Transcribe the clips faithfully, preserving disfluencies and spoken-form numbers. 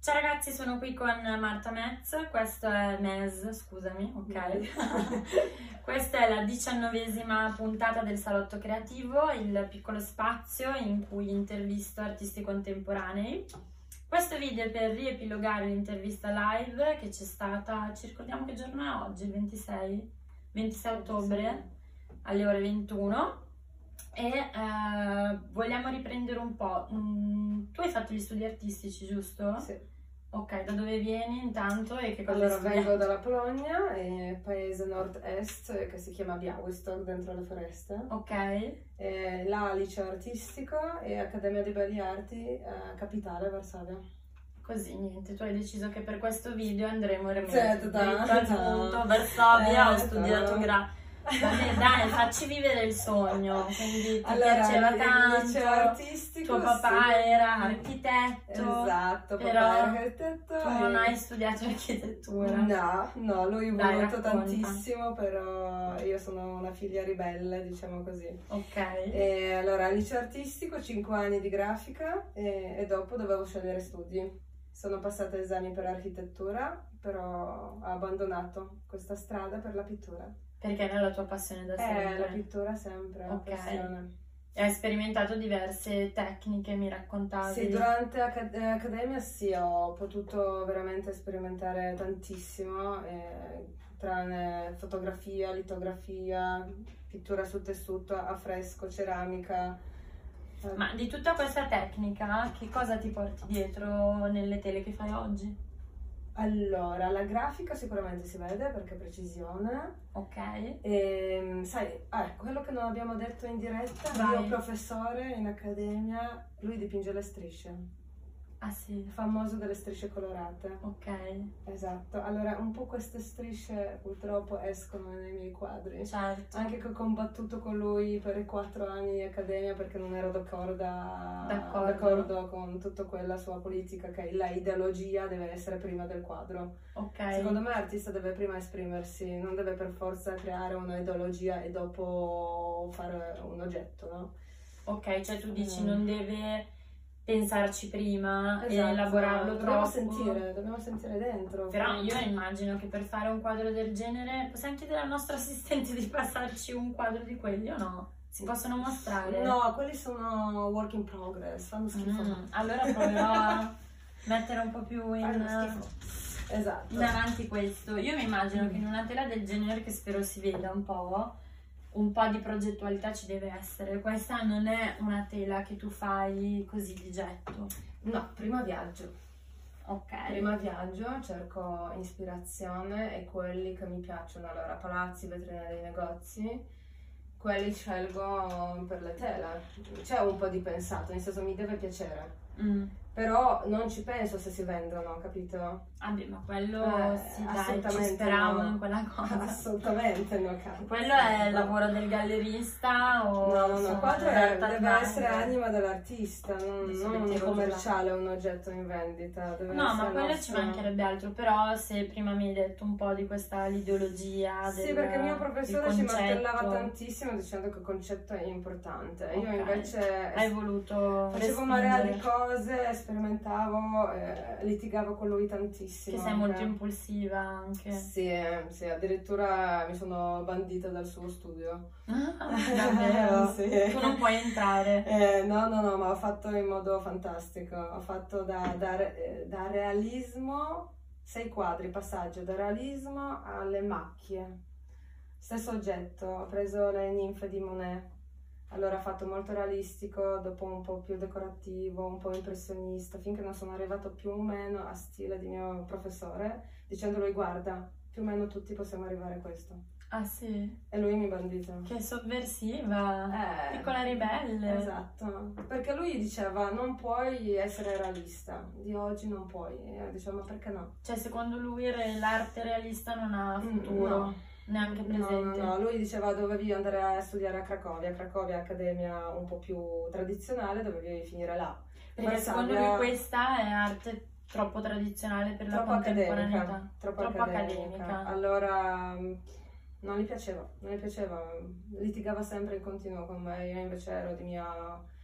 Ciao ragazzi, sono qui con Marta Metz, questo è Mez, scusami, ok? Questa è la diciannovesima puntata del Salotto Creativo, il piccolo spazio in cui intervisto artisti contemporanei. Questo video è per riepilogare l'intervista live che c'è stata, ci ricordiamo che giorno è oggi, il ventisei? ventisei ottobre alle ore ventuno. E eh, vogliamo riprendere un po'. Mm, tu hai fatto gli studi artistici, giusto? Sì. Ok, da dove vieni intanto e che cosa Allora, hai studiato? vengo dalla Polonia, è paese nord-est che si chiama Białystok, dentro le foreste. Ok. E là liceo artistico e Accademia di Belle Arti, eh, capitale, Varsavia. Così, niente, tu hai deciso che per questo video andremo a Certo, dritta al punto, Varsavia, ho studiato gra... Vabbè, dai, facci vivere il sogno, quindi ti allora, piaceva il tanto, liceo artistico, tuo papà sì. era architetto, esatto, però papà era architetto tu e... non hai studiato architettura. No, no, lui ha Dai, voluto racconta. tantissimo, però io sono una figlia ribelle, diciamo così. Ok. E allora, liceo artistico, cinque anni di grafica e, e dopo dovevo scegliere studi. Sono passata esami per architettura, però ho abbandonato questa strada per la pittura. Perché era la tua passione da sempre? Eh, la pittura sempre, la Ok. passione. E hai sperimentato diverse tecniche, mi raccontavi? Sì, durante Acad- Accademia sì, ho potuto veramente sperimentare tantissimo, eh, tranne fotografia, litografia, pittura sul tessuto, affresco, ceramica. Eh. Ma di tutta questa tecnica, che cosa ti porti dietro nelle tele che fai oggi? Allora, la grafica sicuramente si vede perché è precisione. Ok. E, sai, eh, quello che non abbiamo detto in diretta, il Vai. mio professore in accademia, lui dipinge le strisce. Ah sì, Famoso delle strisce colorate. ok. Esatto, allora un po' queste strisce purtroppo escono nei miei quadri. Certo. Anche che ho combattuto con lui per i quattro anni di accademia perché non ero d'accordo, D'accordo. d'accordo con tutta quella sua politica che la ideologia deve essere prima del quadro. Ok. Secondo me l'artista deve prima esprimersi, non deve per forza creare un'ideologia e dopo fare un oggetto, no? Ok, cioè tu dici Mm. non deve pensarci prima e Esatto, elaborarlo dobbiamo troppo. sentire, dobbiamo sentire dentro. Però io immagino che per fare un quadro del genere, possiamo chiedere al nostro assistente di passarci un quadro di quelli o no? Si possono mostrare? No, quelli sono work in progress, fanno schifo. Mm, allora proverò a mettere un po' più in, Fanno schifo. Esatto. in avanti questo. Io mi immagino Mm. che in una tela del genere, che spero si veda un po', un po' di progettualità ci deve essere. Questa non è una tela che tu fai così di getto. No, prima viaggio. Ok. Prima viaggio, cerco ispirazione e quelli che mi piacciono. Allora, palazzi, vetrine dei negozi, quelli scelgo per le tele. C'è un po' di pensato, nel senso mi deve piacere. Mm. Però non ci penso se si vendono, capito? Ah beh, ma quello Eh, sì, dai, ci assolutamente speravo no. in quella cosa. Assolutamente no, cazzo. Quello è il No. lavoro del gallerista o No, no, insomma, no, quadro del è- deve tatuaggio? essere anima dell'artista, non, Adesso non le un tiro giù commerciale, un oggetto in vendita. Deve No, ma essere quello ci nostro. mancherebbe altro, però se prima mi hai detto un po' di questa ideologia del, Sì, perché il mio professore del ci concetto, martellava tantissimo dicendo che il concetto è importante. Io Ok. invece hai voluto facevo una marea di respingere, cose, sperimentavo, eh, litigavo con lui tantissimo. che sei molto anche. impulsiva anche. Sì, eh, sì, addirittura mi sono bandita dal suo studio. Ah, davvero? Sì. Tu non puoi entrare. Eh, no, no, no, ma ho fatto in modo fantastico. Ho fatto da, da, re- da realismo, sei quadri, passaggio da realismo alle macchie. Stesso oggetto, ho preso le ninfe di Monet. Allora ho fatto molto realistico, dopo un po' più decorativo, un po' impressionista, finché non sono arrivato più o meno a stile di mio professore, dicendo lui guarda, più o meno tutti possiamo arrivare a questo. Ah sì? E lui mi bandita. Che sovversiva, Eh, piccola ribelle. Esatto, perché lui diceva non puoi essere realista, di oggi non puoi. E io dicevo ma perché no? Cioè secondo lui re- l'arte realista non ha Mm, futuro, no. neanche No, presente. no, no, lui diceva dovevi andare a studiare a Cracovia, Cracovia è accademia un po' più tradizionale, dovevi finire là. Perché secondo Varsavia- lui questa è arte troppo tradizionale per la troppo contemporaneità. accademica, troppo, Troppo accademica. accademica. Allora mh, non gli piaceva, non gli piaceva, litigava sempre in continuo con me, io invece ero di mia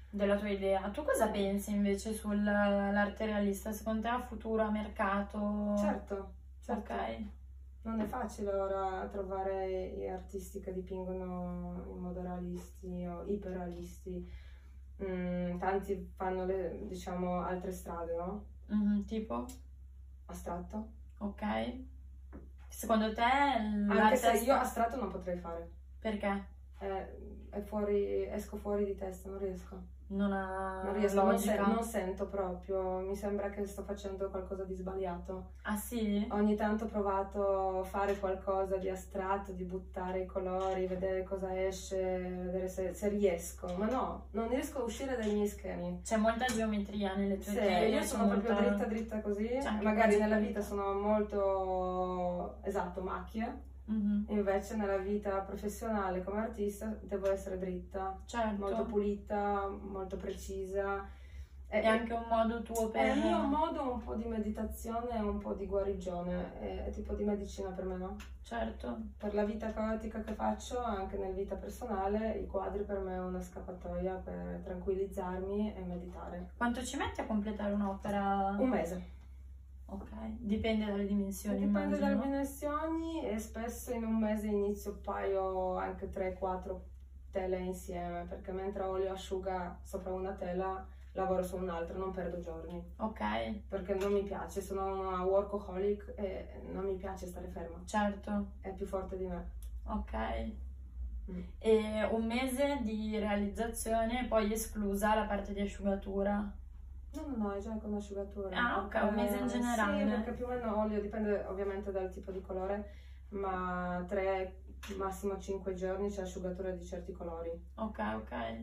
della tua idea. Tu cosa pensi invece sull'arte realista? Secondo te ha futuro, a mercato? Certo, certo. Ok. Non è facile ora trovare gli artisti che dipingono in modo realisti o iperrealisti. Mm, tanti fanno le, diciamo, altre strade, no? Mm, tipo? Astratto. Ok. Secondo te Anche se l'arte io astratto non potrei fare. Perché? È, è fuori, esco fuori di testa, non riesco. Non ha Non riesco, non, logica. se- non sento proprio, mi sembra che sto facendo qualcosa di sbagliato. Ah sì? Ogni tanto ho provato a fare qualcosa di astratto, di buttare i colori, vedere cosa esce, vedere se, se riesco, ma no, non riesco a uscire dai miei schemi. C'è molta geometria nelle tue Sì, tele, io c'è sono proprio molta- dritta dritta così, C'è anche magari quasi nella qualità. vita sono molto, esatto, macchie, Mhm. invece nella vita professionale come artista devo essere dritta, Certo. molto pulita, molto precisa. È anche un modo tuo per... È il mio modo, un po' di meditazione e un po' di guarigione, è, è tipo di medicina per me, no? Certo. Per la vita caotica che faccio, anche nella vita personale, i quadri per me è una scappatoia per tranquillizzarmi e meditare. Quanto ci metti a completare un'opera? Un mese. Ok, dipende dalle dimensioni, Dipende immagino. dalle dimensioni e spesso in un mese inizio un paio, anche tre quattro tele insieme, perché mentre olio asciuga sopra una tela lavoro su un'altra, non perdo giorni. Ok, Perché non mi piace, sono una workaholic e non mi piace stare ferma, certo. è più forte di me. Ok. Mm. E un mese di realizzazione, poi esclusa la parte di asciugatura. No, no, no, è già con asciugatura. Ah, ok, un mese in generale. Sì, perché più o meno olio dipende ovviamente dal tipo di colore, ma tre, massimo cinque giorni c'è asciugatura di certi colori. Ok, ok.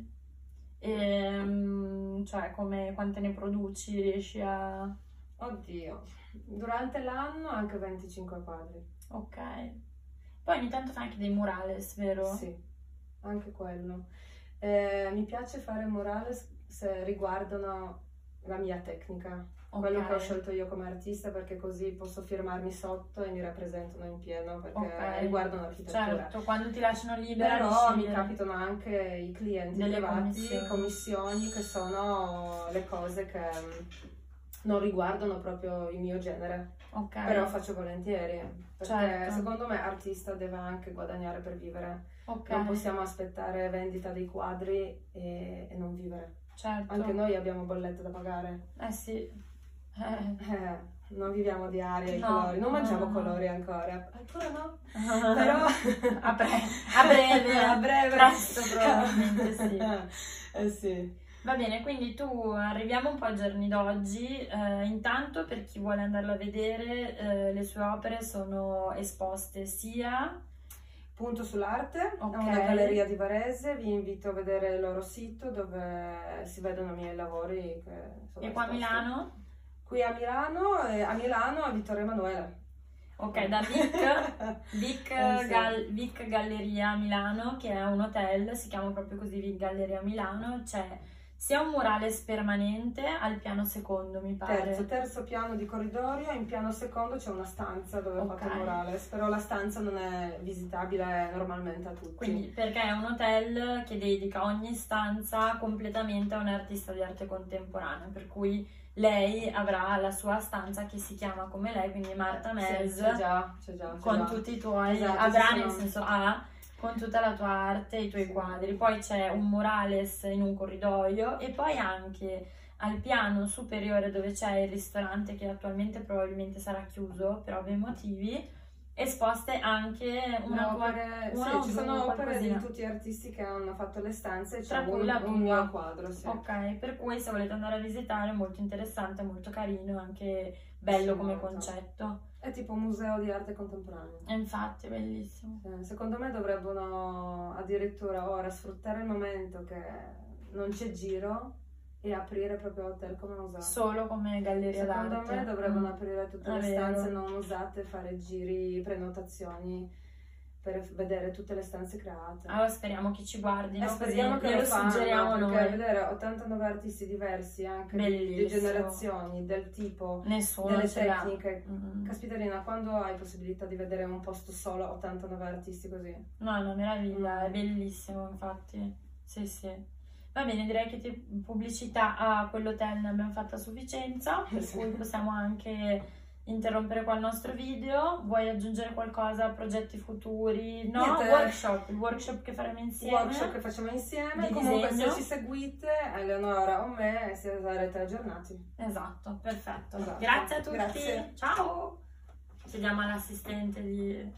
E mm, cioè, come quante ne produci? Riesci a... Oddio, durante l'anno anche venticinque quadri. Ok. Poi ogni tanto fai anche dei murales, vero? Sì, anche quello. Eh, mi piace fare murales se riguardano la mia tecnica, Ok. quello che ho scelto io come artista, perché così posso firmarmi sotto e mi rappresentano in pieno, perché Ok. riguardano l'architettura. Certo, quando ti lasciano libera Però di mi scegliere. capitano anche i clienti Delle privati, commissioni. commissioni, che sono le cose che mm, non riguardano proprio il mio genere, Ok. però faccio volentieri, perché Certo. secondo me artista deve anche guadagnare per vivere, Ok. non possiamo aspettare vendita dei quadri e, e non vivere. Certo. Anche noi abbiamo bollette da pagare. Eh sì. Eh. Eh, non viviamo di aria e No, colori, non mangiamo no, no. colori ancora. Ancora no? Però a, bre- a breve, a breve. presto probabilmente sì. Eh sì. Va bene, quindi tu arriviamo un po' ai giorni d'oggi. Eh, intanto per chi vuole andarlo a vedere, eh, le sue opere sono esposte sia... Punto sull'arte, Ok. è una galleria di Varese, vi invito a vedere il loro sito dove si vedono i miei lavori. Che sono E qua a esposti. Milano? Qui a Milano, e a Milano a Vittorio Emanuele. Ok, da Vic, Vic, Eh, sì. Gal- Vic Galleria Milano, che è un hotel, si chiama proprio così Vic Galleria Milano, c'è sia un murales permanente al piano secondo, mi pare. Terzo, terzo piano di corridoio, in piano secondo c'è una stanza dove ho Ok. fatto il murales, però la stanza non è visitabile normalmente a tutti. Quindi, perché è un hotel che dedica ogni stanza completamente a un artista di arte contemporanea, per cui lei avrà la sua stanza che si chiama come lei, quindi Marta Sì, Mez, c'è già, c'è già, c'è con già. tutti i tuoi, Esatto, avrà ci nel sono- senso ha, con tutta la tua arte e i tuoi Sì. quadri. Poi c'è un murales in un corridoio e poi anche al piano superiore dove c'è il ristorante che attualmente probabilmente sarà chiuso per ovvi motivi, esposte anche una tua... Opere- una sì, o ci due, sono opere qualcosina. di tutti gli artisti che hanno fatto le stanze e c'è Tra cui un, la un tua. mio quadro, sì. Ok, per cui se volete andare a visitare è molto interessante, molto carino, anche bello Sì, come molto. concetto. È tipo un museo di arte contemporanea. E infatti è bellissimo. Eh, Secondo me dovrebbero addirittura ora sfruttare il momento che non c'è giro e aprire proprio hotel come museo. Solo come galleria Secondo d'arte. me dovrebbero Mm. aprire tutte È le vero. stanze non usate, fare giri, prenotazioni per vedere tutte le stanze create. Allora speriamo che ci guardino, E così speriamo che glielo lo fanno, suggeriamo perché noi. vedere ottantanove artisti diversi anche di, di Bellissimo. generazioni, del tipo, Nessuno delle ce l'ha. tecniche. Mm. Caspiterina, quando hai possibilità di vedere un posto solo ottantanove artisti così? No, è una meraviglia, Mm. è bellissimo infatti. Sì, sì. Va bene, direi che ti- pubblicità a quell'hotel ne abbiamo fatta a sufficienza, per Sì. cui possiamo anche interrompere qua il nostro video. Vuoi aggiungere qualcosa, progetti futuri? No? Niente. Workshop, il workshop che faremo insieme. Workshop che facciamo insieme. Di Comunque, disegno. se ci seguite, Eleonora o me, sarete aggiornati. Esatto, perfetto. Esatto. Grazie a tutti. Grazie. Ciao. Chiediamo all'assistente di